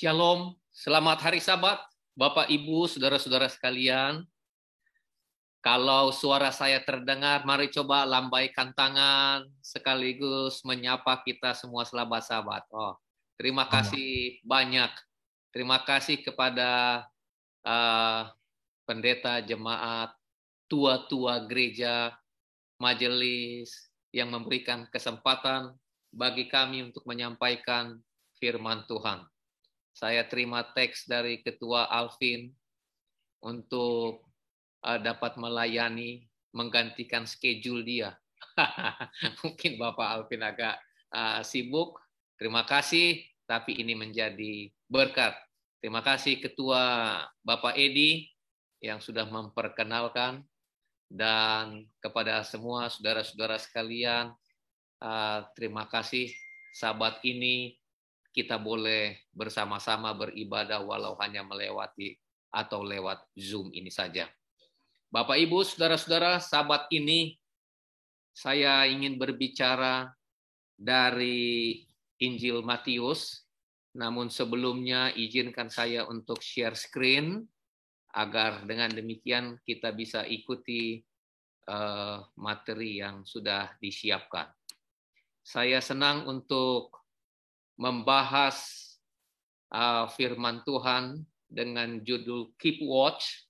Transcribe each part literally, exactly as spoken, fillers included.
Shalom, selamat hari Sabat, Bapak, Ibu, saudara-saudara sekalian. Kalau suara saya terdengar, mari coba lambaikan tangan sekaligus menyapa kita semua selamat Sabat. Oh, terima kasih banyak. Terima kasih kepada uh, pendeta jemaat, tua-tua gereja, majelis yang memberikan kesempatan bagi kami untuk menyampaikan firman Tuhan. Saya terima teks dari Ketua Alvin untuk uh, dapat melayani, menggantikan schedule dia. Mungkin Bapak Alvin agak uh, sibuk. Terima kasih, tapi ini menjadi berkat. Terima kasih Ketua Bapak Edi yang sudah memperkenalkan, dan kepada semua saudara-saudara sekalian, uh, terima kasih Sabat ini kita boleh bersama-sama beribadah walau hanya melewati atau lewat Zoom ini saja. Bapak, Ibu, saudara-saudara, Sabat ini saya ingin berbicara dari Injil Matius. Namun sebelumnya izinkan saya untuk share screen agar dengan demikian kita bisa ikuti uh, materi yang sudah disiapkan. Saya senang untuk membahas uh, firman Tuhan dengan judul Keep Watch,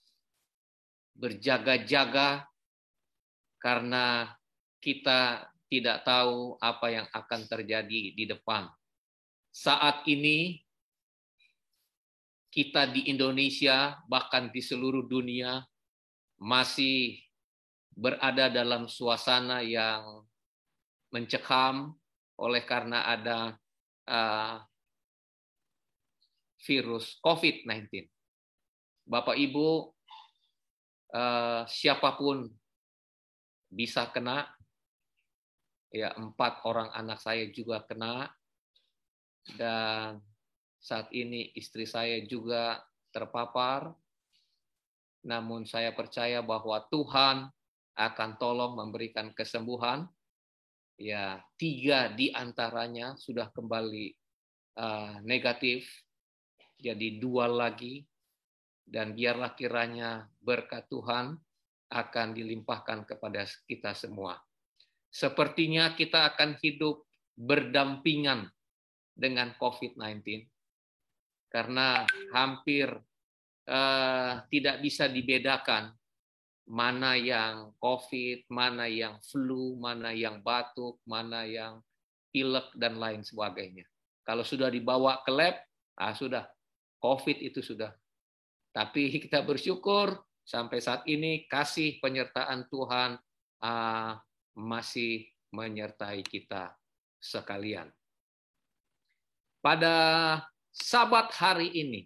berjaga-jaga, karena kita tidak tahu apa yang akan terjadi di depan. Saat ini kita di Indonesia, bahkan di seluruh dunia, masih berada dalam suasana yang mencekam oleh karena ada Uh, virus covid sembilan belas. Bapak Ibu, uh, siapapun bisa kena. Ya, empat orang anak saya juga kena, dan saat ini istri saya juga terpapar. Namun saya percaya bahwa Tuhan akan tolong memberikan kesembuhan. Ya, tiga di antaranya sudah kembali uh, negatif, jadi dua lagi, dan biarlah kiranya berkat Tuhan akan dilimpahkan kepada kita semua. Sepertinya kita akan hidup berdampingan dengan covid sembilan belas, karena hampir uh, tidak bisa dibedakan mana yang COVID, mana yang flu, mana yang batuk, mana yang pilek, dan lain sebagainya. Kalau sudah dibawa ke lab, ah sudah, COVID itu sudah. Tapi kita bersyukur sampai saat ini kasih penyertaan Tuhan ah, masih menyertai kita sekalian. Pada Sabat hari ini,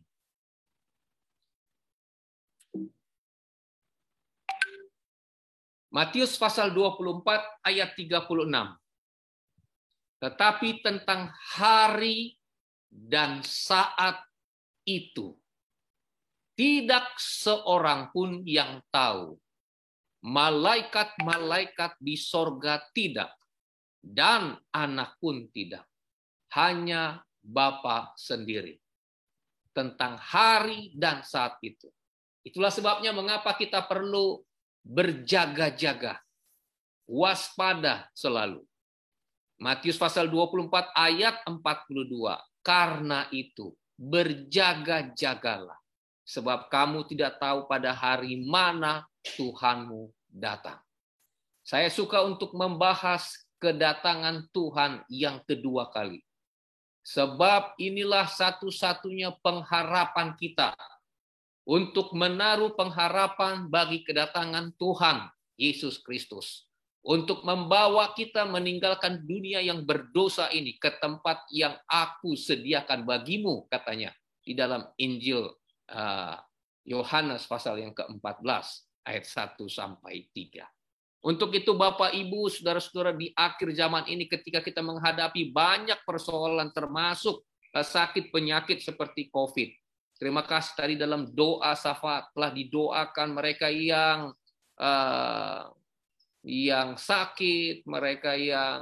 Matius pasal dua puluh empat ayat tiga puluh enam. Tetapi tentang hari dan saat itu, tidak seorang pun yang tahu. Malaikat-malaikat di sorga tidak, dan anak pun tidak. Hanya Bapa sendiri. Tentang hari dan saat itu. Itulah sebabnya mengapa kita perlu berjaga-jaga, waspada selalu. Matius pasal dua puluh empat ayat empat puluh dua. Karena itu, berjaga-jagalah, sebab kamu tidak tahu pada hari mana Tuhanmu datang. Saya suka untuk membahas kedatangan Tuhan yang kedua kali. Sebab inilah satu-satunya pengharapan kita untuk menaruh pengharapan bagi kedatangan Tuhan Yesus Kristus. Untuk membawa kita meninggalkan dunia yang berdosa ini ke tempat yang aku sediakan bagimu, katanya. Di dalam Injil Yohanes uh, pasal yang keempat belas, ayat satu sampai tiga. Untuk itu Bapak, Ibu, saudara-saudara, di akhir zaman ini ketika kita menghadapi banyak persoalan termasuk uh, sakit penyakit seperti COVID. Terima kasih tadi dalam doa syafaat telah didoakan mereka yang uh, yang sakit, mereka yang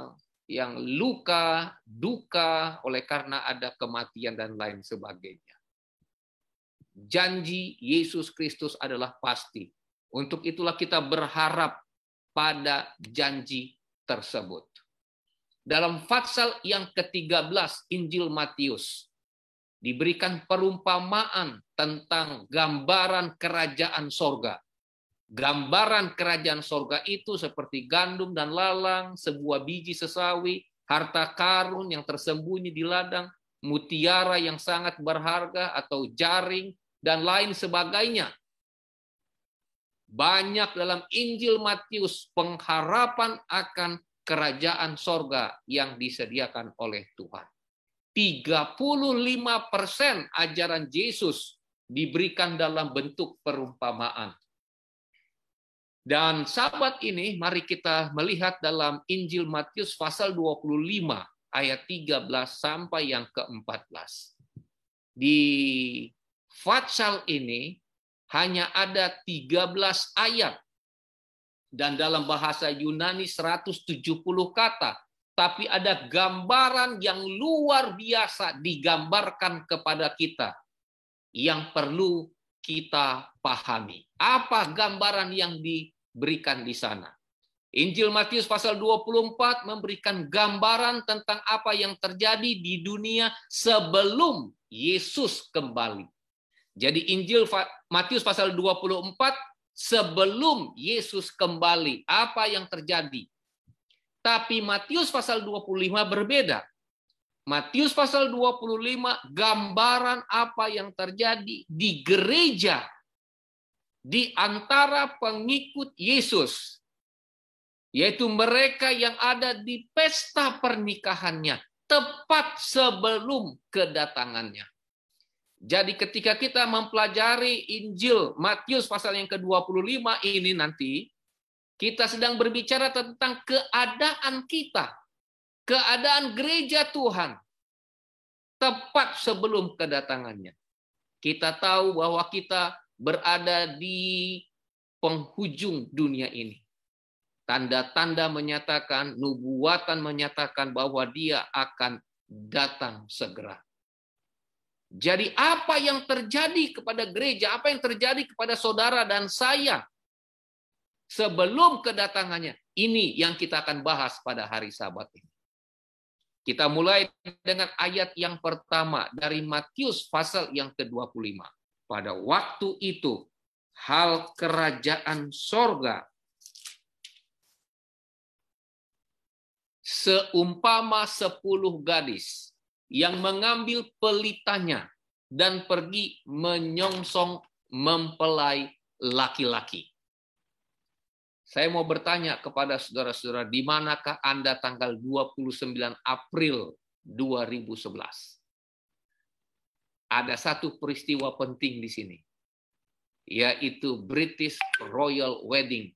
yang luka, duka oleh karena ada kematian dan lain sebagainya. Janji Yesus Kristus adalah pasti. Untuk itulah kita berharap pada janji tersebut. Dalam pasal yang ketiga belas Injil Matius diberikan perumpamaan tentang gambaran kerajaan sorga. Gambaran kerajaan sorga itu seperti gandum dan lalang, sebuah biji sesawi, harta karun yang tersembunyi di ladang, mutiara yang sangat berharga atau jaring, dan lain sebagainya. Banyak dalam Injil Matius pengharapan akan kerajaan sorga yang disediakan oleh Tuhan. tiga puluh lima persen ajaran Yesus diberikan dalam bentuk perumpamaan. Dan sahabat ini, mari kita melihat dalam Injil Matius pasal dua puluh lima ayat tiga belas sampai yang keempat belas. Di pasal ini hanya ada tiga belas ayat dan dalam bahasa Yunani seratus tujuh puluh kata, tapi ada gambaran yang luar biasa digambarkan kepada kita yang perlu kita pahami. Apa gambaran yang diberikan di sana? Injil Matius pasal dua puluh empat memberikan gambaran tentang apa yang terjadi di dunia sebelum Yesus kembali. Jadi Injil Matius pasal dua puluh empat sebelum Yesus kembali, apa yang terjadi? Tapi Matius pasal dua puluh lima berbeda. Matius pasal dua puluh lima gambaran apa yang terjadi di gereja di antara pengikut Yesus, yaitu mereka yang ada di pesta pernikahannya tepat sebelum kedatangannya. Jadi ketika kita mempelajari Injil Matius pasal yang ke dua puluh lima ini nanti, kita sedang berbicara tentang keadaan kita, keadaan gereja Tuhan, tepat sebelum kedatangannya. Kita tahu bahwa kita berada di penghujung dunia ini. Tanda-tanda menyatakan, nubuatan menyatakan bahwa dia akan datang segera. Jadi apa yang terjadi kepada gereja, apa yang terjadi kepada saudara dan saya sebelum kedatangannya, ini yang kita akan bahas pada hari Sabat ini. Kita mulai dengan ayat yang pertama dari Matius pasal yang ke dua puluh lima. Pada waktu itu, hal kerajaan sorga seumpama sepuluh gadis yang mengambil pelitanya dan pergi menyongsong mempelai laki-laki. Saya mau bertanya kepada saudara-saudara, di manakah Anda tanggal dua puluh sembilan April dua ribu sebelas? Ada satu peristiwa penting di sini, yaitu British Royal Wedding.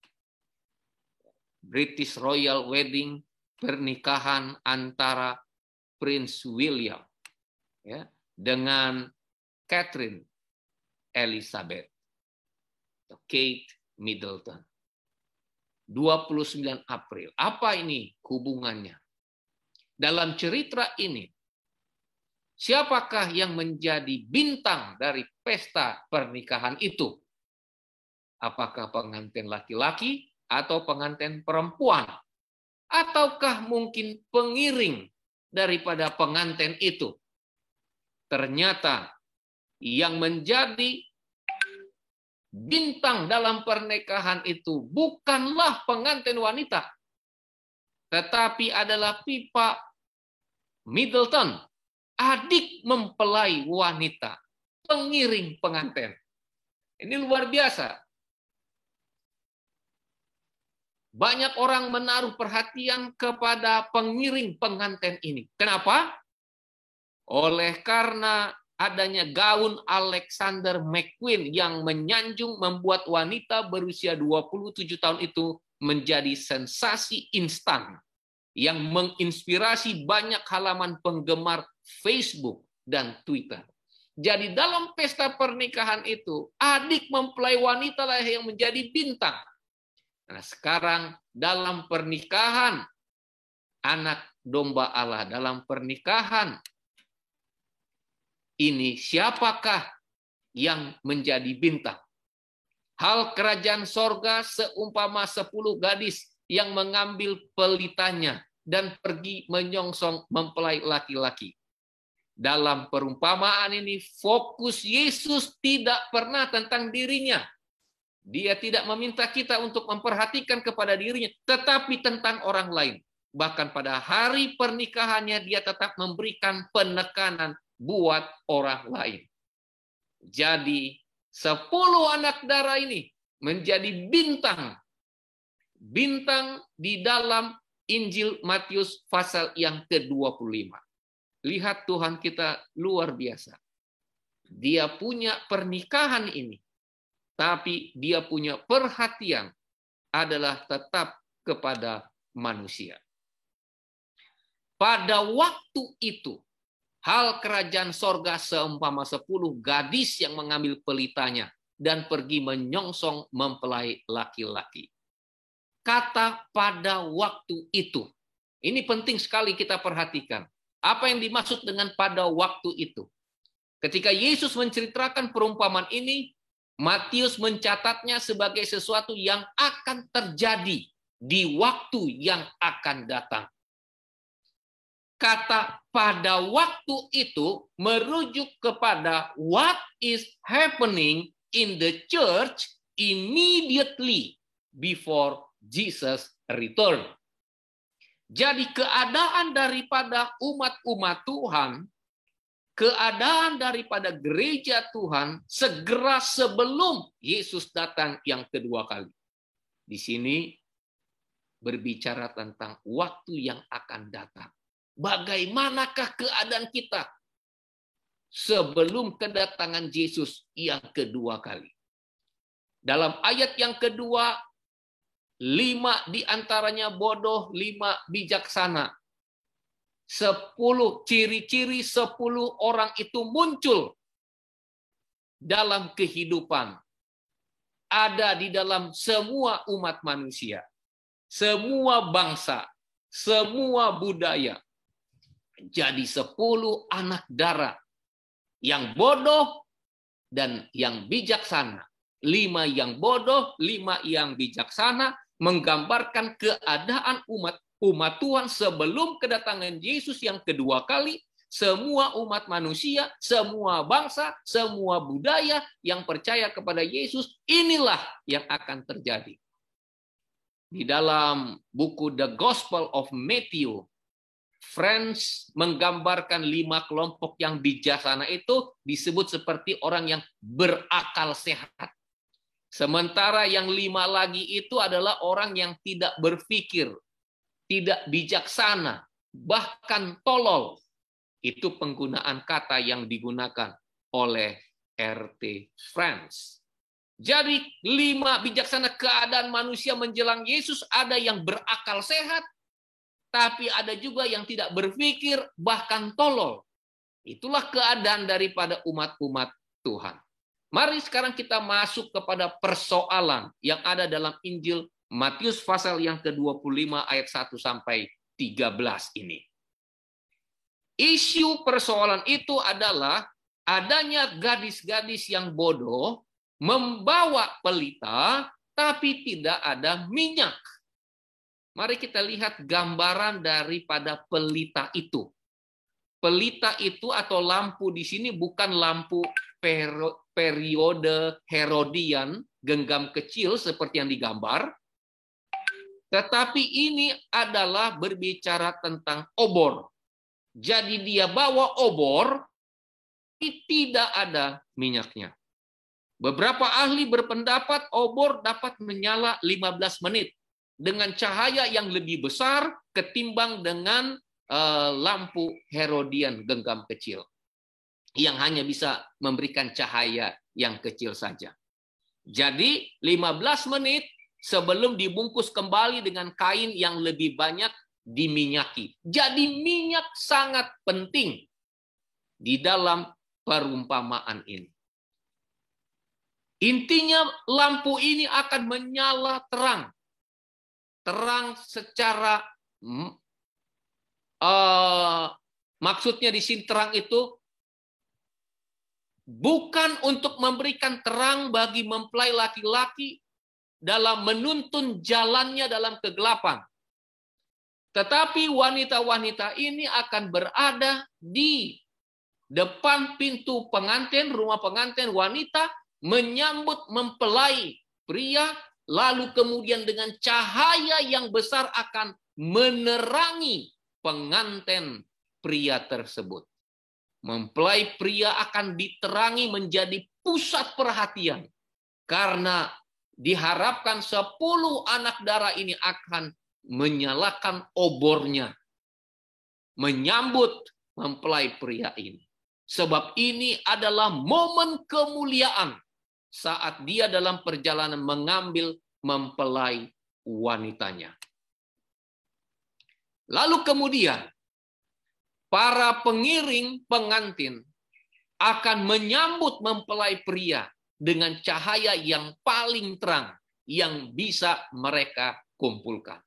British Royal Wedding, pernikahan antara Prince William ya, dengan Catherine Elizabeth, Kate Middleton. dua puluh sembilan April. Apa ini hubungannya? Dalam cerita ini, siapakah yang menjadi bintang dari pesta pernikahan itu? Apakah pengantin laki-laki atau pengantin perempuan? Ataukah mungkin pengiring daripada pengantin itu? Ternyata yang menjadi bintang dalam pernikahan itu bukanlah pengantin wanita, tetapi adalah Pippa Middleton, adik mempelai wanita, pengiring pengantin. Ini luar biasa. Banyak orang menaruh perhatian kepada pengiring pengantin ini. Kenapa? Oleh karena adanya gaun Alexander McQueen yang menyanjung membuat wanita berusia dua puluh tujuh tahun itu menjadi sensasi instan yang menginspirasi banyak halaman penggemar Facebook dan Twitter. Jadi dalam pesta pernikahan itu, adik mempelai wanita lah yang menjadi bintang. Nah, sekarang dalam pernikahan anak domba Allah dalam pernikahan ini, siapakah yang menjadi bintang? Hal kerajaan sorga seumpama sepuluh gadis yang mengambil pelitanya dan pergi menyongsong mempelai laki-laki. Dalam perumpamaan ini, fokus Yesus tidak pernah tentang dirinya. Dia tidak meminta kita untuk memperhatikan kepada dirinya, tetapi tentang orang lain. Bahkan pada hari pernikahannya, dia tetap memberikan penekanan buat orang lain. Jadi, sepuluh anak darah ini menjadi bintang. Bintang di dalam Injil Matius pasal yang ke dua puluh lima. Lihat Tuhan kita luar biasa. Dia punya pernikahan ini. Tapi dia punya perhatian adalah tetap kepada manusia. Pada waktu itu, hal kerajaan sorga seumpama sepuluh gadis yang mengambil pelitanya dan pergi menyongsong mempelai laki-laki. Kata pada waktu itu. Ini penting sekali kita perhatikan. Apa yang dimaksud dengan pada waktu itu? Ketika Yesus menceritakan perumpamaan ini, Matius mencatatnya sebagai sesuatu yang akan terjadi di waktu yang akan datang. Kata pada waktu itu merujuk kepada what is happening in the church immediately before Jesus return. Jadi keadaan daripada umat-umat Tuhan, keadaan daripada gereja Tuhan segera sebelum Yesus datang yang kedua kali. Di sini berbicara tentang waktu yang akan datang. Bagaimanakah keadaan kita sebelum kedatangan Yesus yang kedua kali? Dalam ayat yang kedua, lima diantaranya bodoh, lima bijaksana. Sepuluh ciri-ciri sepuluh orang itu muncul dalam kehidupan. Ada di dalam semua umat manusia. Semua bangsa. Semua budaya. Jadi sepuluh anak darah. Yang bodoh dan yang bijaksana. Lima yang bodoh, lima yang bijaksana. Menggambarkan keadaan umat umat Tuhan sebelum kedatangan Yesus yang kedua kali. Semua umat manusia, semua bangsa, semua budaya yang percaya kepada Yesus, inilah yang akan terjadi. Di dalam buku The Gospel of Matthew, Friends menggambarkan lima kelompok yang bijaksana itu disebut seperti orang yang berakal sehat. Sementara yang lima lagi itu adalah orang yang tidak berpikir, tidak bijaksana, bahkan tolol. Itu penggunaan kata yang digunakan oleh R T France. Jadi lima bijaksana keadaan manusia menjelang Yesus, ada yang berakal sehat, tapi ada juga yang tidak berpikir, bahkan tolol. Itulah keadaan daripada umat-umat Tuhan. Mari sekarang kita masuk kepada persoalan yang ada dalam Injil Matius pasal yang ke dua puluh lima ayat satu sampai tiga belas ini. Isu persoalan itu adalah adanya gadis-gadis yang bodoh membawa pelita tapi tidak ada minyak. Mari kita lihat gambaran daripada pelita itu. Pelita itu atau lampu di sini bukan lampu periode Herodian, genggam kecil seperti yang digambar. Tetapi ini adalah berbicara tentang obor. Jadi dia bawa obor, tapi tidak ada minyaknya. Beberapa ahli berpendapat obor dapat menyala lima belas menit dengan cahaya yang lebih besar ketimbang dengan uh, lampu Herodian genggam kecil yang hanya bisa memberikan cahaya yang kecil saja. Jadi lima belas menit sebelum dibungkus kembali dengan kain yang lebih banyak diminyaki. Jadi minyak sangat penting di dalam perumpamaan ini. Intinya lampu ini akan menyala terang. Terang secara uh, maksudnya di sini terang itu bukan untuk memberikan terang bagi mempelai laki-laki dalam menuntun jalannya dalam kegelapan. Tetapi wanita-wanita ini akan berada di depan pintu pengantin, rumah pengantin wanita, menyambut mempelai pria, lalu kemudian dengan cahaya yang besar akan menerangi pengantin pria tersebut. Mempelai pria akan diterangi menjadi pusat perhatian. Karena diharapkan sepuluh anak darah ini akan menyalakan obornya. Menyambut mempelai pria ini. Sebab ini adalah momen kemuliaan saat dia dalam perjalanan mengambil mempelai wanitanya. Lalu kemudian para pengiring pengantin akan menyambut mempelai pria dengan cahaya yang paling terang yang bisa mereka kumpulkan.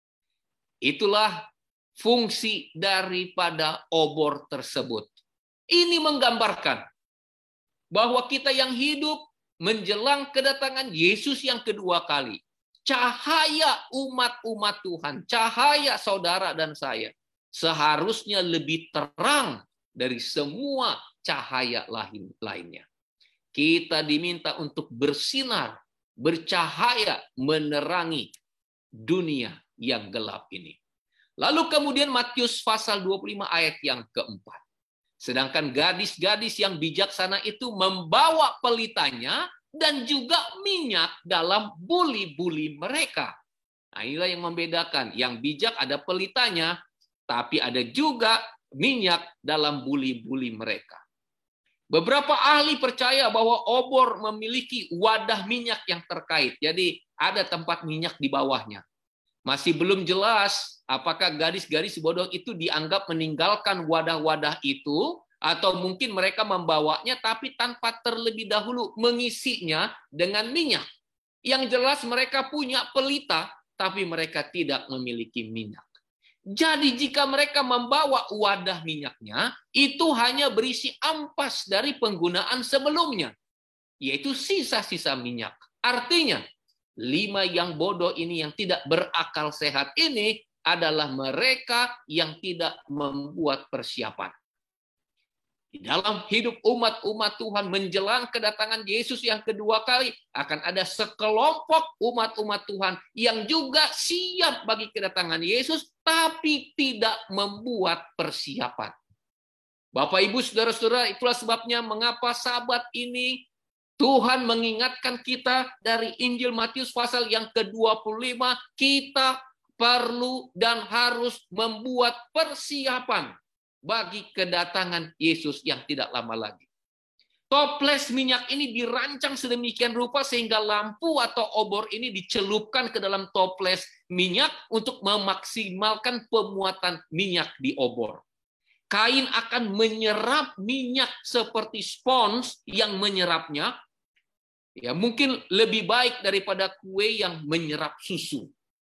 Itulah fungsi daripada obor tersebut. Ini menggambarkan bahwa kita yang hidup menjelang kedatangan Yesus yang kedua kali, cahaya umat-umat Tuhan, cahaya saudara dan saya, seharusnya lebih terang dari semua cahaya lain lainnya. Kita diminta untuk bersinar, bercahaya, menerangi dunia yang gelap ini. Lalu kemudian Matius pasal dua puluh lima ayat yang keempat. Sedangkan gadis-gadis yang bijaksana itu membawa pelitanya dan juga minyak dalam buli-buli mereka. Nah, inilah yang membedakan. Yang bijak ada pelitanya, tapi ada juga minyak dalam buli-buli mereka. Beberapa ahli percaya bahwa obor memiliki wadah minyak yang terkait. Jadi ada tempat minyak di bawahnya. Masih belum jelas apakah gadis-gadis bodoh itu dianggap meninggalkan wadah-wadah itu, atau mungkin mereka membawanya tapi tanpa terlebih dahulu mengisinya dengan minyak. Yang jelas mereka punya pelita, tapi mereka tidak memiliki minyak. Jadi jika mereka membawa wadah minyaknya, itu hanya berisi ampas dari penggunaan sebelumnya, yaitu sisa-sisa minyak. Artinya, lima yang bodoh ini, yang tidak berakal sehat ini, adalah mereka yang tidak membuat persiapan. Di dalam hidup umat-umat Tuhan menjelang kedatangan Yesus yang kedua kali, akan ada sekelompok umat-umat Tuhan yang juga siap bagi kedatangan Yesus, tapi tidak membuat persiapan. Bapak, Ibu, Saudara-saudara, itulah sebabnya mengapa sahabat ini Tuhan mengingatkan kita dari Injil Matius pasal yang ke dua puluh lima, kita perlu dan harus membuat persiapan bagi kedatangan Yesus yang tidak lama lagi. Toples minyak ini dirancang sedemikian rupa sehingga lampu atau obor ini dicelupkan ke dalam toples minyak untuk memaksimalkan pemuatan minyak di obor. Kain akan menyerap minyak seperti spons yang menyerapnya. Ya, mungkin lebih baik daripada kue yang menyerap susu.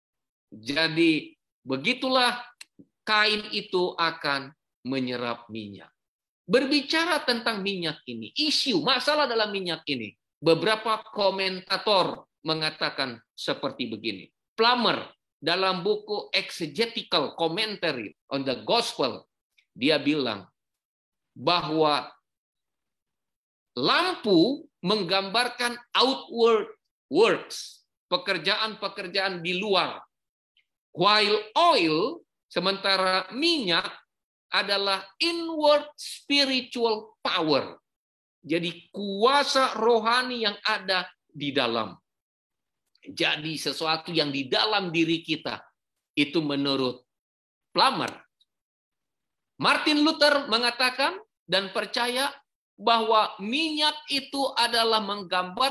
Jadi begitulah kain itu akan menyerap minyak. Berbicara tentang minyak ini, isu masalah dalam minyak ini, beberapa komentator mengatakan seperti begini. Plummer dalam buku Exegetical Commentary on the Gospel, dia bilang bahwa lampu menggambarkan outward works, pekerjaan-pekerjaan di luar. While oil, sementara minyak adalah inward spiritual power. Jadi kuasa rohani yang ada di dalam. Jadi sesuatu yang di dalam diri kita. Itu menurut Plummer. Martin Luther mengatakan dan percaya bahwa minyak itu adalah menggambar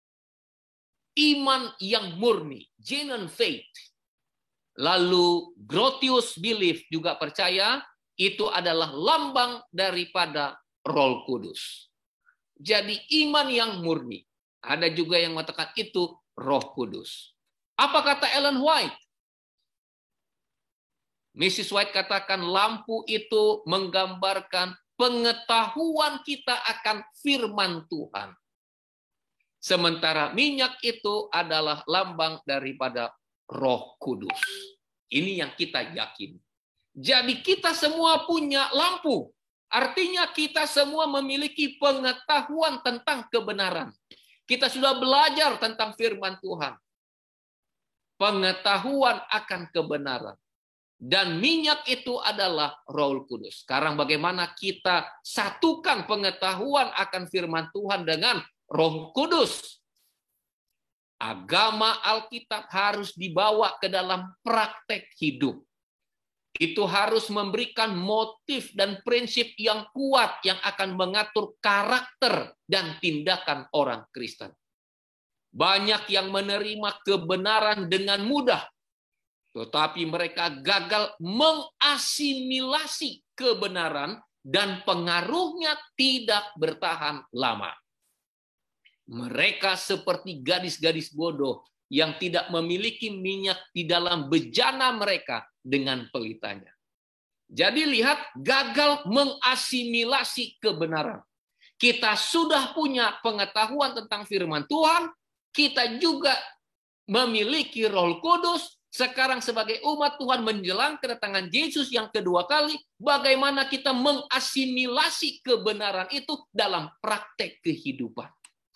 iman yang murni, genuine faith. Lalu Grotius Belief juga percaya itu adalah lambang daripada Roh Kudus. Jadi iman yang murni. Ada juga yang mengatakan itu Roh Kudus. Apa kata Ellen White? missus White katakan lampu itu menggambarkan pengetahuan kita akan firman Tuhan. Sementara minyak itu adalah lambang daripada Roh Kudus. Ini yang kita yakini. Jadi kita semua punya lampu. Artinya kita semua memiliki pengetahuan tentang kebenaran. Kita sudah belajar tentang firman Tuhan. Pengetahuan akan kebenaran. Dan minyak itu adalah Roh Kudus. Sekarang bagaimana kita satukan pengetahuan akan firman Tuhan dengan Roh Kudus? Agama Alkitab harus dibawa ke dalam praktek hidup. Itu harus memberikan motif dan prinsip yang kuat yang akan mengatur karakter dan tindakan orang Kristen. Banyak yang menerima kebenaran dengan mudah, tetapi mereka gagal mengasimilasi kebenaran dan pengaruhnya tidak bertahan lama. Mereka seperti gadis-gadis bodoh yang tidak memiliki minyak di dalam bejana mereka dengan pelitanya. Jadi lihat, gagal mengasimilasi kebenaran. Kita sudah punya pengetahuan tentang firman Tuhan, kita juga memiliki Roh Kudus. Sekarang sebagai umat Tuhan menjelang kedatangan Yesus yang kedua kali, bagaimana kita mengasimilasi kebenaran itu dalam praktek kehidupan.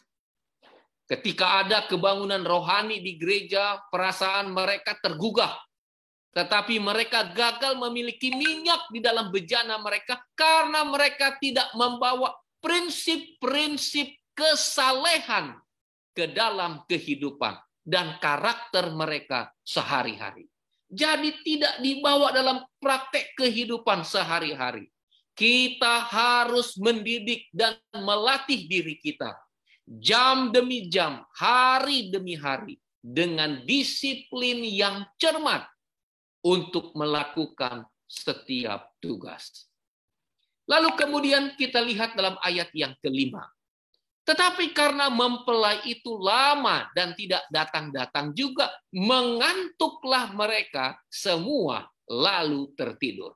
Ketika ada kebangunan rohani di gereja, perasaan mereka tergugah. Tetapi mereka gagal memiliki minyak di dalam bejana mereka karena mereka tidak membawa prinsip-prinsip kesalehan ke dalam kehidupan dan karakter mereka sehari-hari. Jadi tidak dibawa dalam praktek kehidupan sehari-hari. Kita harus mendidik dan melatih diri kita. Jam demi jam, hari demi hari, dengan disiplin yang cermat untuk melakukan setiap tugas. Lalu kemudian kita lihat dalam ayat yang kelima. Tetapi karena mempelai itu lama dan tidak datang-datang juga, mengantuklah mereka semua lalu tertidur.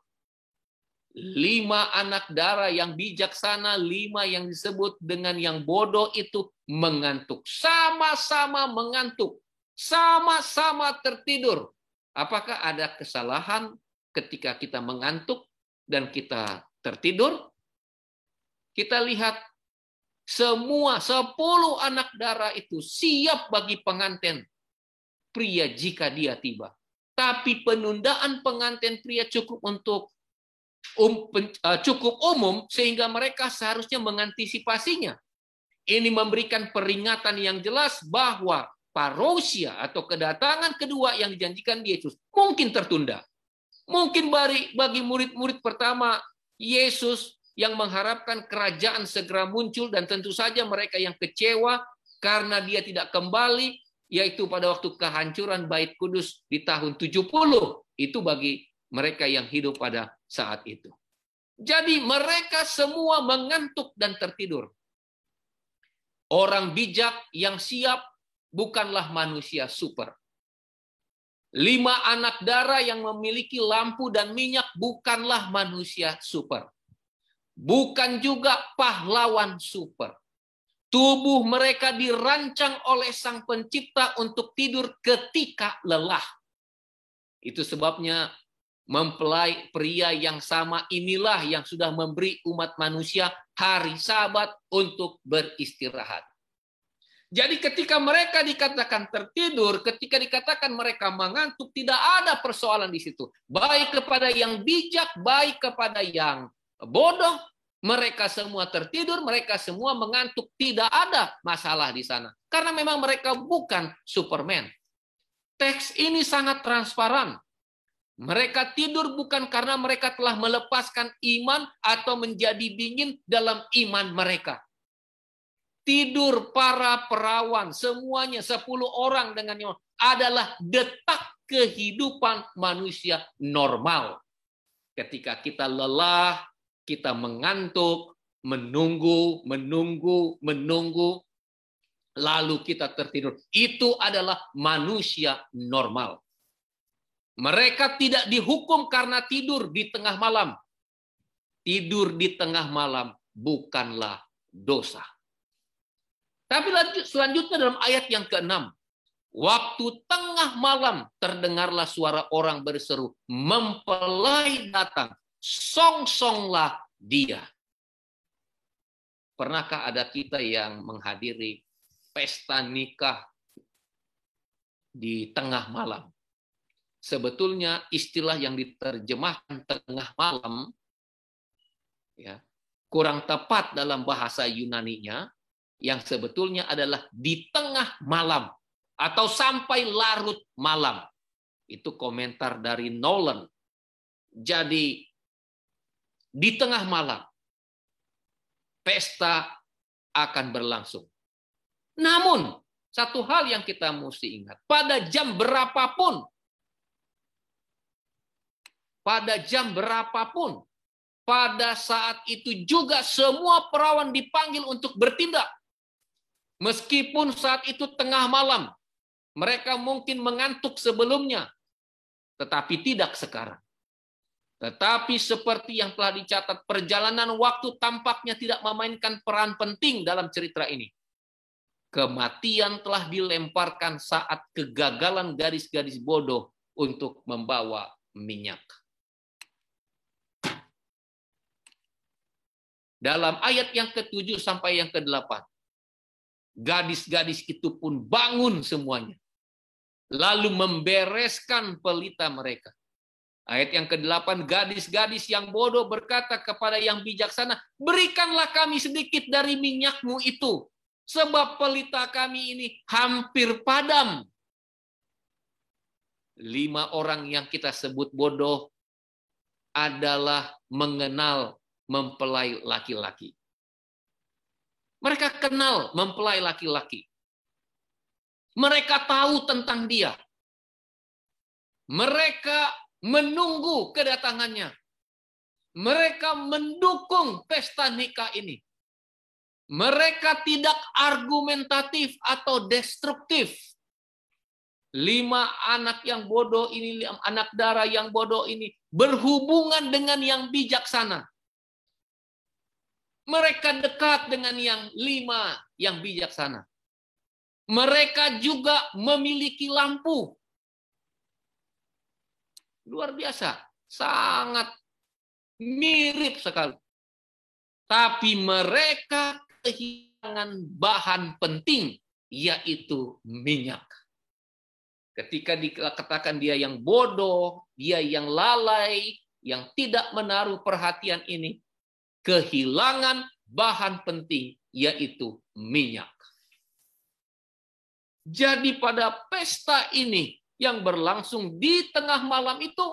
Lima anak dara yang bijaksana, lima yang disebut dengan yang bodoh itu mengantuk. Sama-sama mengantuk. Sama-sama tertidur. Apakah ada kesalahan ketika kita mengantuk dan kita tertidur? Kita lihat semua sepuluh anak dara itu siap bagi pengantin pria jika dia tiba. Tapi penundaan pengantin pria cukup untuk Um, cukup umum sehingga mereka seharusnya mengantisipasinya. Ini memberikan peringatan yang jelas bahwa parousia atau kedatangan kedua yang dijanjikan Yesus mungkin tertunda. Mungkin bagi murid-murid pertama Yesus yang mengharapkan kerajaan segera muncul, dan tentu saja mereka yang kecewa karena dia tidak kembali, yaitu pada waktu kehancuran Bait Kudus di tahun tujuh puluh. Itu bagi mereka yang hidup pada saat itu. Jadi mereka semua mengantuk dan tertidur. Orang bijak yang siap bukanlah manusia super. Lima anak dara yang memiliki lampu dan minyak bukanlah manusia super. Bukan juga pahlawan super. Tubuh mereka dirancang oleh Sang Pencipta untuk tidur ketika lelah. Itu sebabnya mempelai pria yang sama inilah yang sudah memberi umat manusia hari Sabat untuk beristirahat. Jadi ketika mereka dikatakan tertidur, ketika dikatakan mereka mengantuk, tidak ada persoalan di situ. Baik kepada yang bijak, baik kepada yang bodoh, mereka semua tertidur, mereka semua mengantuk. Tidak ada masalah di sana. Karena memang mereka bukan Superman. Teks ini sangat transparan. Mereka tidur bukan karena mereka telah melepaskan iman atau menjadi dingin dalam iman mereka. Tidur para perawan, semuanya sepuluh orang dengan adalah detak kehidupan manusia normal. Ketika kita lelah, kita mengantuk, menunggu, menunggu, menunggu, lalu kita tertidur. Itu adalah manusia normal. Mereka tidak dihukum karena tidur di tengah malam. Tidur di tengah malam bukanlah dosa. Tapi lanjut, selanjutnya dalam ayat yang keenam. Waktu tengah malam terdengarlah suara orang berseru, mempelai datang, song-songlah dia. Pernahkah ada kita yang menghadiri pesta nikah di tengah malam? Sebetulnya istilah yang diterjemahkan tengah malam ya, kurang tepat dalam bahasa Yunaninya, yang sebetulnya adalah di tengah malam atau sampai larut malam. Itu komentar dari Nolan. Jadi di tengah malam pesta akan berlangsung. Namun satu hal yang kita mesti ingat, pada jam berapapun pada jam berapapun, pada saat itu juga semua perawan dipanggil untuk bertindak. Meskipun saat itu tengah malam, mereka mungkin mengantuk sebelumnya, tetapi tidak sekarang. Tetapi seperti yang telah dicatat, perjalanan waktu tampaknya tidak memainkan peran penting dalam cerita ini. Kematian telah dilemparkan saat kegagalan gadis-gadis bodoh untuk membawa minyak. Dalam ayat yang ketujuh sampai yang kedelapan, gadis-gadis itu pun bangun semuanya, lalu membereskan pelita mereka. Ayat yang kedelapan, gadis-gadis yang bodoh berkata kepada yang bijaksana, berikanlah kami sedikit dari minyakmu itu, sebab pelita kami ini hampir padam. Lima orang yang kita sebut bodoh adalah mengenal mempelai laki-laki. Mereka kenal mempelai laki-laki. Mereka tahu tentang dia. Mereka menunggu kedatangannya. Mereka mendukung pesta nikah ini. Mereka tidak argumentatif atau destruktif. Lima anak yang bodoh ini, anak darah yang bodoh ini, berhubungan dengan yang bijaksana. Mereka dekat dengan yang lima yang bijaksana. Mereka juga memiliki lampu. Luar biasa. Sangat mirip sekali. Tapi mereka kehilangan bahan penting, yaitu minyak. Ketika dikatakan dia yang bodoh, dia yang lalai, yang tidak menaruh perhatian ini, kehilangan bahan penting, yaitu minyak. Jadi pada pesta ini yang berlangsung di tengah malam itu,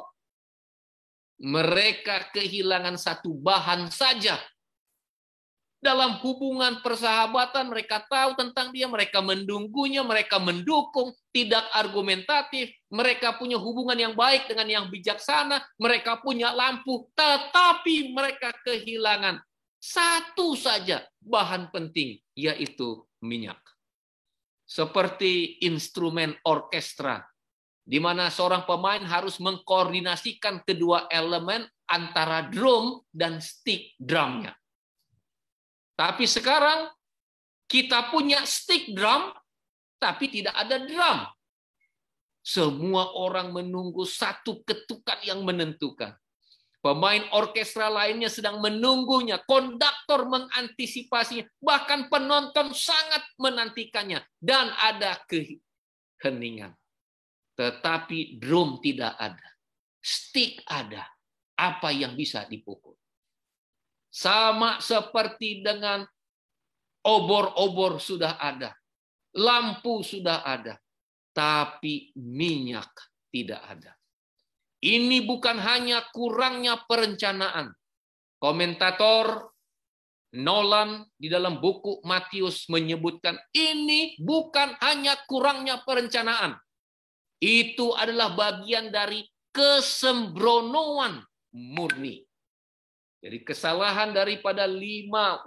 mereka kehilangan satu bahan saja. Dalam hubungan persahabatan, mereka tahu tentang dia, mereka menunggunya, mereka mendukung, tidak argumentatif, mereka punya hubungan yang baik dengan yang bijaksana, mereka punya lampu, tetapi mereka kehilangan satu saja bahan penting, yaitu minyak. Seperti instrumen orkestra, di mana seorang pemain harus mengkoordinasikan kedua elemen antara drum dan stick drumnya. Tapi sekarang kita punya stick drum, tapi tidak ada drum. Semua orang menunggu satu ketukan yang menentukan. Pemain orkestra lainnya sedang menunggunya. Konduktor mengantisipasinya. Bahkan penonton sangat menantikannya. Dan ada keheningan. Tetapi drum tidak ada. Stick ada. Apa yang bisa dipukul? Sama seperti dengan obor-obor sudah ada. Lampu sudah ada. Tapi minyak tidak ada. Ini bukan hanya kurangnya perencanaan. Komentator Nolan di dalam buku Matius menyebutkan ini bukan hanya kurangnya perencanaan. Itu adalah bagian dari kesembronoan murni. Jadi kesalahan daripada lima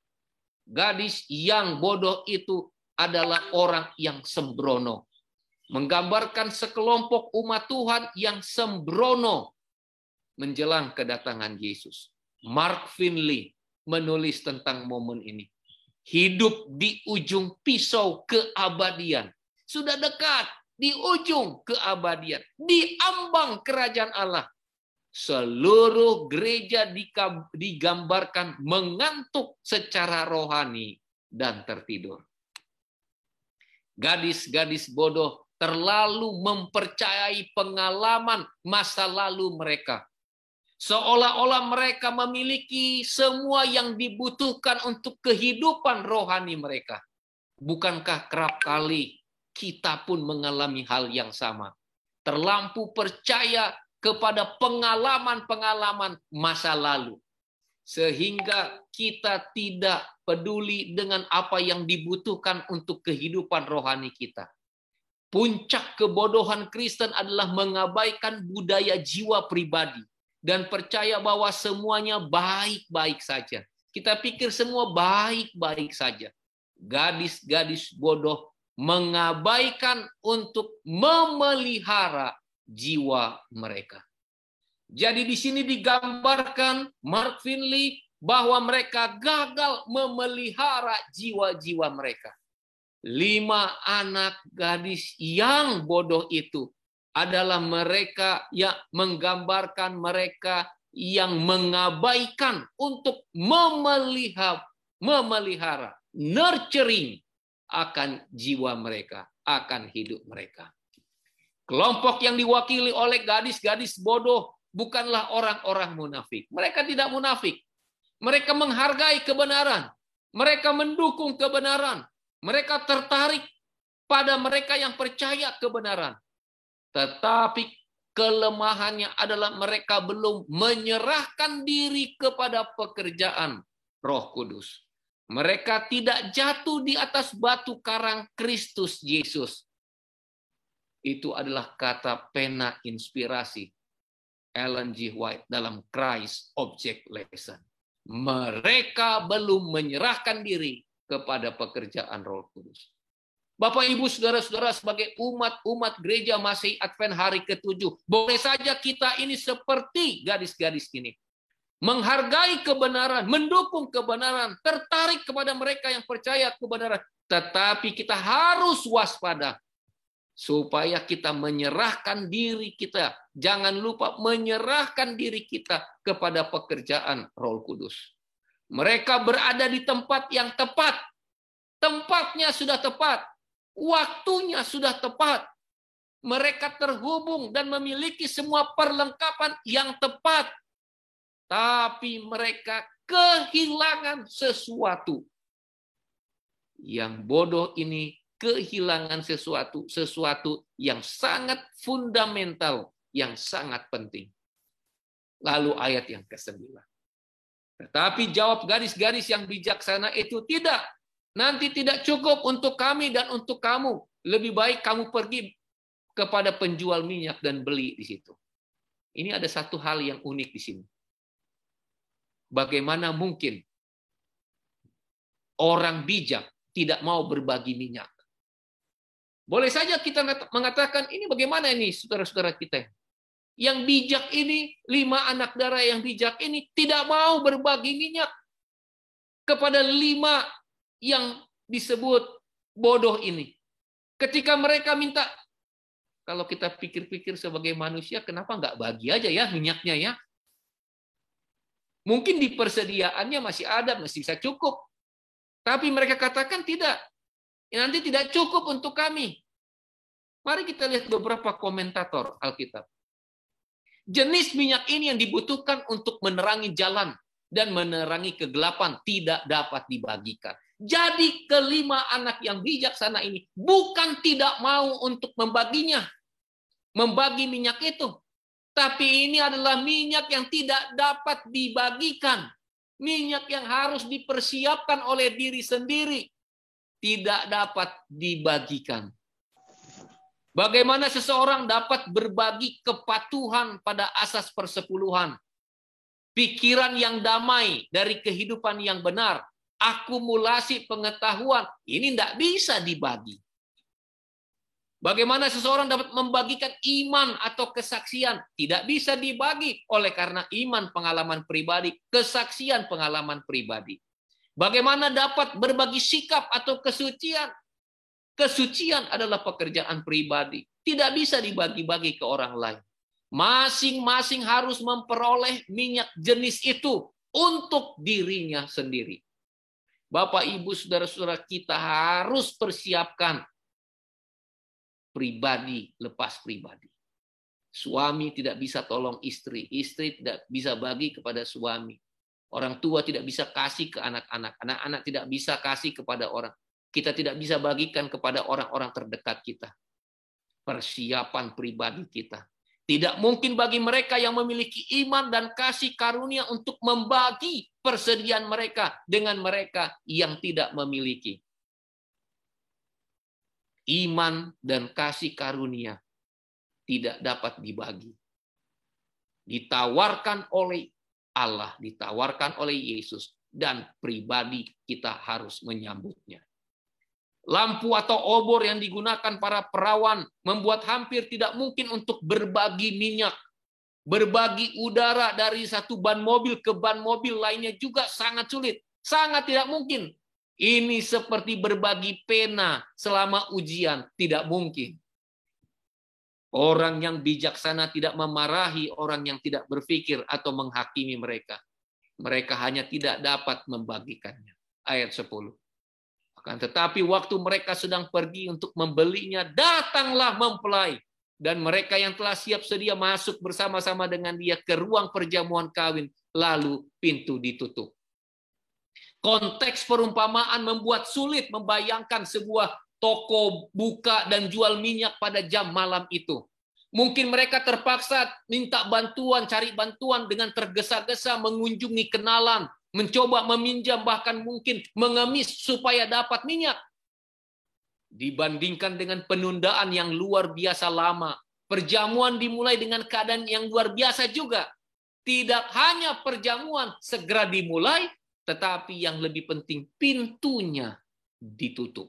gadis yang bodoh itu adalah orang yang sembrono. menggambarkan sekelompok umat Tuhan yang sembrono menjelang kedatangan Yesus. Mark Finley menulis tentang momen ini. Hidup di ujung pisau keabadian. Sudah dekat, di ujung keabadian. Di ambang kerajaan Allah. Seluruh gereja digambarkan mengantuk secara rohani dan tertidur. Gadis-gadis bodoh terlalu mempercayai pengalaman masa lalu mereka. Seolah-olah mereka memiliki semua yang dibutuhkan untuk kehidupan rohani mereka. Bukankah kerap kali kita pun mengalami hal yang sama? Terlampau percaya kepada pengalaman-pengalaman masa lalu. Sehingga kita tidak peduli dengan apa yang dibutuhkan untuk kehidupan rohani kita. Puncak kebodohan Kristen adalah mengabaikan budaya jiwa pribadi. Dan percaya bahwa semuanya baik-baik saja. Kita pikir semua baik-baik saja. Gadis-gadis bodoh mengabaikan untuk memelihara jiwa mereka. Jadi di sini digambarkan Mark Finley bahwa mereka gagal memelihara jiwa-jiwa mereka. Lima anak gadis yang bodoh itu adalah mereka yang menggambarkan mereka yang mengabaikan untuk memelihara, memelihara, nurturing akan jiwa mereka, akan hidup mereka. Kelompok yang diwakili oleh gadis-gadis bodoh bukanlah orang-orang munafik. Mereka tidak munafik. Mereka menghargai kebenaran. Mereka mendukung kebenaran. Mereka tertarik pada mereka yang percaya kebenaran. Tetapi kelemahannya adalah mereka belum menyerahkan diri kepada pekerjaan Roh Kudus. Mereka tidak jatuh di atas batu karang Kristus Yesus. Itu adalah kata pena inspirasi Ellen G. White dalam Christ Object Lesson. Mereka belum menyerahkan diri kepada pekerjaan Roh Kudus. Bapak, Ibu, Saudara-saudara, sebagai umat-umat gereja Masih Advent hari ketujuh, boleh saja kita ini seperti gadis-gadis ini. Menghargai kebenaran, mendukung kebenaran, tertarik kepada mereka yang percaya kebenaran. Tetapi kita harus waspada, supaya kita menyerahkan diri kita. Jangan lupa menyerahkan diri kita kepada pekerjaan Roh Kudus. Mereka berada di tempat yang tepat. Tempatnya sudah tepat. Waktunya sudah tepat. Mereka terhubung dan memiliki semua perlengkapan yang tepat. Tapi mereka kehilangan sesuatu. Yang bodoh ini kehilangan sesuatu, sesuatu yang sangat fundamental, yang sangat penting. Lalu ayat yang kesembilan. Tetapi jawab gadis-gadis yang bijaksana itu, tidak. Nanti tidak cukup untuk kami dan untuk kamu. Lebih baik kamu pergi kepada penjual minyak dan beli di situ. Ini ada satu hal yang unik di sini. Bagaimana mungkin orang bijak tidak mau berbagi minyak? Boleh saja kita mengatakan, ini bagaimana ini saudara-saudara kita? Yang bijak ini, lima anak darah yang bijak ini tidak mau berbagi minyak kepada lima yang disebut bodoh ini. Ketika mereka minta, kalau kita pikir-pikir sebagai manusia, kenapa nggak bagi aja ya minyaknya ya? Mungkin di persediaannya masih ada, masih bisa cukup. Tapi mereka katakan tidak. Nanti tidak cukup untuk kami. Mari kita lihat beberapa komentator Alkitab. Jenis minyak ini yang dibutuhkan untuk menerangi jalan dan menerangi kegelapan tidak dapat dibagikan. Jadi kelima anak yang bijaksana ini bukan tidak mau untuk membaginya, membagi minyak itu. Tapi ini adalah minyak yang tidak dapat dibagikan. Minyak yang harus dipersiapkan oleh diri sendiri. Tidak dapat dibagikan. Bagaimana seseorang dapat berbagi kepatuhan pada asas persepuluhan? Pikiran yang damai dari kehidupan yang benar. Akumulasi pengetahuan, ini tidak bisa dibagi. Bagaimana seseorang dapat membagikan iman atau kesaksian? Tidak bisa dibagi oleh karena iman pengalaman pribadi, kesaksian pengalaman pribadi. Bagaimana dapat berbagi sikap atau kesucian? Kesucian adalah pekerjaan pribadi. Tidak bisa dibagi-bagi ke orang lain. Masing-masing harus memperoleh minyak jenis itu untuk dirinya sendiri. Bapak, Ibu, saudara-saudara, kita harus persiapkan pribadi lepas pribadi. Suami tidak bisa tolong istri, istri tidak bisa bagi kepada suami. Orang tua tidak bisa kasih ke anak-anak, anak-anak tidak bisa kasih kepada orang. Kita tidak bisa bagikan kepada orang-orang terdekat kita. Persiapan pribadi kita. Tidak mungkin bagi mereka yang memiliki iman dan kasih karunia untuk membagi persediaan mereka dengan mereka yang tidak memiliki. Iman dan kasih karunia tidak dapat dibagi. Ditawarkan oleh Allah, ditawarkan oleh Yesus, dan pribadi kita harus menyambutnya. Lampu atau obor yang digunakan para perawan membuat hampir tidak mungkin untuk berbagi minyak. Berbagi udara dari satu ban mobil ke ban mobil lainnya juga sangat sulit. Sangat tidak mungkin. Ini seperti berbagi pena selama ujian. Tidak mungkin. Orang yang bijaksana tidak memarahi orang yang tidak berpikir atau menghakimi mereka. Mereka hanya tidak dapat membagikannya. Ayat sepuluh. Akan tetapi waktu mereka sedang pergi untuk membelinya, datanglah mempelai. Dan mereka yang telah siap sedia masuk bersama-sama dengan dia ke ruang perjamuan kawin. Lalu pintu ditutup. Konteks perumpamaan membuat sulit membayangkan sebuah toko buka dan jual minyak pada jam malam itu. Mungkin mereka terpaksa minta bantuan, cari bantuan dengan tergesa-gesa mengunjungi kenalan, mencoba meminjam, bahkan mungkin mengemis supaya dapat minyak. Dibandingkan dengan penundaan yang luar biasa lama, perjamuan dimulai dengan keadaan yang luar biasa juga. Tidak hanya perjamuan segera dimulai, tetapi yang lebih penting pintunya ditutup.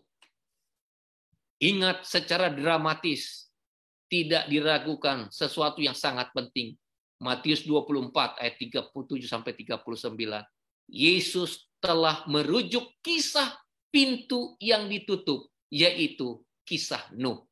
Ingat, secara dramatis, tidak diragukan sesuatu yang sangat penting. Matius dua puluh empat ayat tiga puluh tujuh sampai tiga puluh sembilan. Yesus telah merujuk kisah pintu yang ditutup, yaitu kisah Nuh.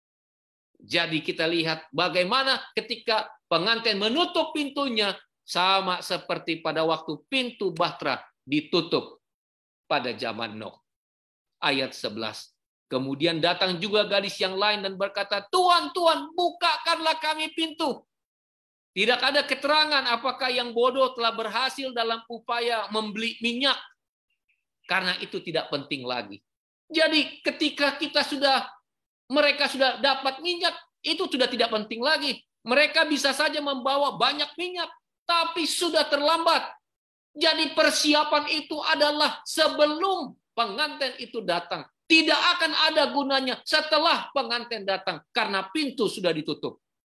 Jadi kita lihat bagaimana ketika pengantin menutup pintunya, sama seperti pada waktu pintu bahtera ditutup pada zaman Nuh. Ayat sebelas. Kemudian datang juga gadis yang lain dan berkata, Tuhan, Tuhan, bukakanlah kami pintu. Tidak ada keterangan apakah yang bodoh telah berhasil dalam upaya membeli minyak. Karena itu tidak penting lagi. Jadi ketika kita sudah, mereka sudah dapat minyak, itu sudah tidak penting lagi. Mereka bisa saja membawa banyak minyak, tapi sudah terlambat. Jadi persiapan itu adalah sebelum pengantin itu datang. Tidak akan ada gunanya setelah pengantin datang, karena pintu sudah ditutup.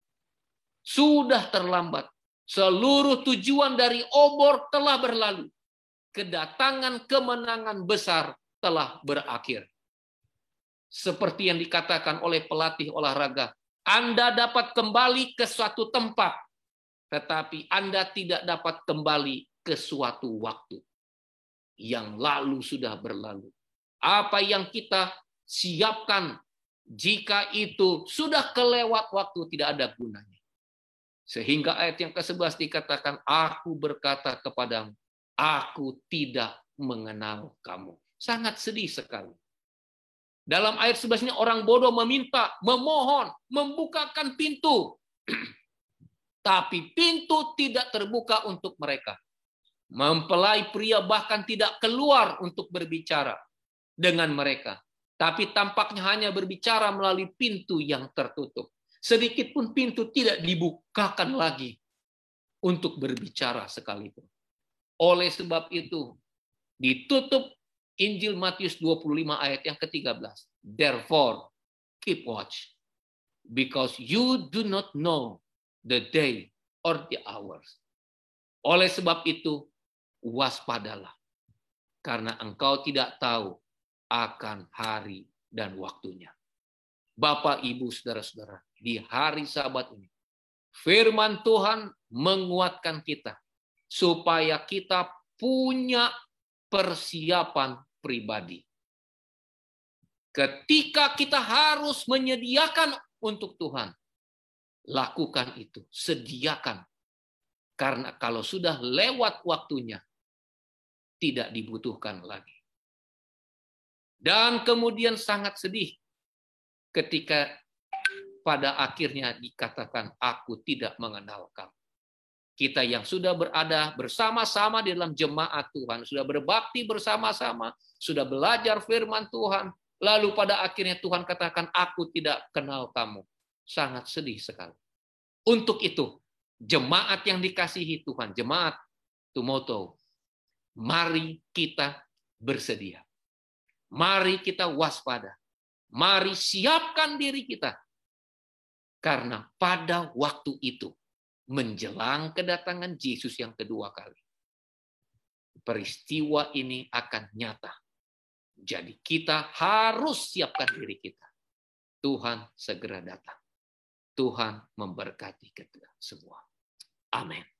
Sudah terlambat. Seluruh tujuan dari obor telah berlalu. Kedatangan kemenangan besar telah berakhir. Seperti yang dikatakan oleh pelatih olahraga, Anda dapat kembali ke suatu tempat, tetapi Anda tidak dapat kembali ke suatu waktu. Yang lalu sudah berlalu. Apa yang kita siapkan, jika itu sudah kelewat waktu, tidak ada gunanya. Sehingga ayat yang ke sebelas dikatakan, aku berkata kepadamu, aku tidak mengenal kamu. Sangat sedih sekali. Dalam ayat sebelas ini orang bodoh meminta, memohon, membukakan pintu. Tapi pintu tidak terbuka untuk mereka. Mempelai pria bahkan tidak keluar untuk berbicara dengan mereka. Tapi tampaknya hanya berbicara melalui pintu yang tertutup. Sedikit pun pintu tidak dibukakan lagi untuk berbicara sekalipun. Oleh sebab itu, ditutup Injil Matius dua puluh lima ayat yang ke tiga belas. Therefore, keep watch, because you do not know the day or the hours. Oleh sebab itu, waspadalah, karena engkau tidak tahu akan hari dan waktunya. Bapak, Ibu, saudara-saudara, di hari Sabat ini, firman Tuhan menguatkan kita supaya kita punya persiapan pribadi. Ketika kita harus menyediakan untuk Tuhan, lakukan itu, sediakan. Karena kalau sudah lewat waktunya, tidak dibutuhkan lagi. Dan kemudian sangat sedih ketika pada akhirnya dikatakan, aku tidak mengenal kamu. Kita yang sudah berada bersama-sama di dalam jemaat Tuhan, sudah berbakti bersama-sama, sudah belajar firman Tuhan, lalu pada akhirnya Tuhan katakan, aku tidak kenal kamu. Sangat sedih sekali. Untuk itu, jemaat yang dikasihi Tuhan, jemaat Tumoto, mari kita bersedia. Mari kita waspada. Mari siapkan diri kita. Karena pada waktu itu, menjelang kedatangan Yesus yang kedua kali, peristiwa ini akan nyata. Jadi kita harus siapkan diri kita. Tuhan segera datang. Tuhan memberkati kita semua. Amin.